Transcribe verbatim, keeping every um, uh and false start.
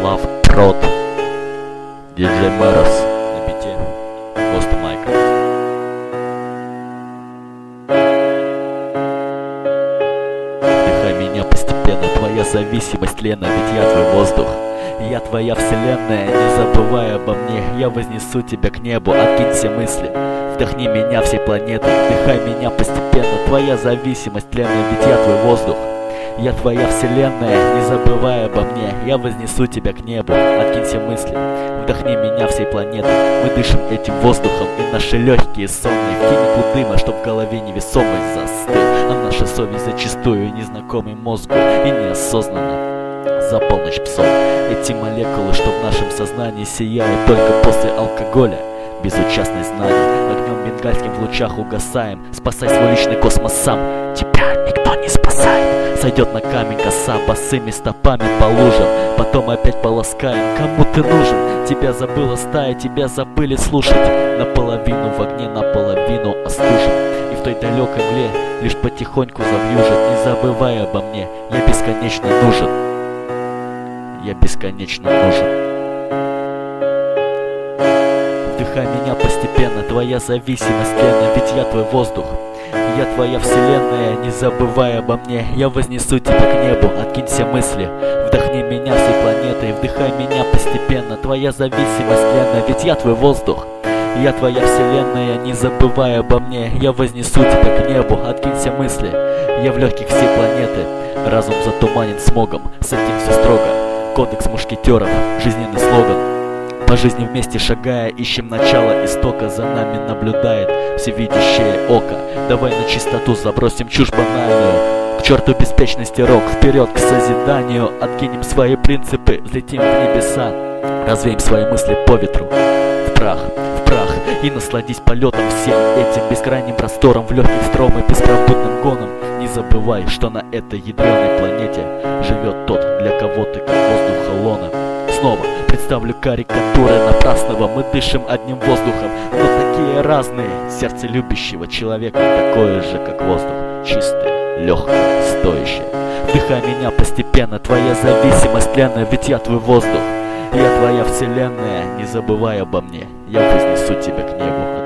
Лав Прод, диджей Мэрос на бите, Коста Майка. Вдыхай меня постепенно, твоя зависимость, Лена, ведь я твой воздух. Я твоя вселенная, не забывай обо мне. Я вознесу тебя к небу, откинь все мысли. Вдохни меня всей планетой, вдыхай меня постепенно. Твоя зависимость, Лена, ведь я твой воздух. Я твоя вселенная, не забывай обо мне. Я вознесу тебя к небу, откинь все мысли. Вдохни меня всей планетой. Мы дышим этим воздухом, и наши легкие сонные. В тени дыма, чтоб в голове невесомость застыл. А наша совесть зачастую незнакомый мозгу и неосознанно. За полночь псов. Эти молекулы, что в нашем сознании сияют только после алкоголя. Безучастный знаний, огнем бенгальским в лучах угасаем. Спасай свой личный космос сам, тебя никто не спасает. Сойдет на камень коса босыми стопами по лужам. Потом опять полоскаем, кому ты нужен? Тебя забыла стая, тебя забыли слушать. Наполовину в огне, наполовину остужен. И в той далекой мгле лишь потихоньку завьюжит. Не забывай обо мне, я бесконечно нужен. Я бесконечно нужен. Вдыхай меня постепенно, твоя зависимость, Лена, ведь я твой воздух. Я твоя вселенная, не забывай обо мне. Я вознесу тебя к небу, откинь все мысли. Вдохни меня всей планетой, вдыхай меня постепенно. Твоя зависимость, Лена, ведь я твой воздух. Я твоя вселенная, не забывай обо мне. Я вознесу тебя к небу, откинь все мысли. Я в легких всей планеты, разум затуманен смогом. С этим все строго. Кодекс мушкетеров, жизненный слоган. По жизни вместе шагая, ищем начало истока. За нами наблюдает всевидящее око. Давай на чистоту забросим чушь банальную. К черту беспечности рок, вперед к созиданию. Откинем свои принципы, взлетим в небеса. Развеем свои мысли по ветру. В прах, в прах. И насладись полетом всем этим бескрайним простором. В легких стром и беспробудным гоном. Не забывай, что на этой ядреной планете живет тот, для кого ты как воздуха лона. Снова представлю карикатуры напрасного. Мы дышим одним воздухом, но такие разные. Сердце любящего человека такое же, как воздух. Чистое, легкое, стоящее. Вдыхай меня постепенно, твоя зависимость, Лена, ведь я твой воздух. Я твоя вселенная, не забывай обо мне. Я вознесу тебя к небу.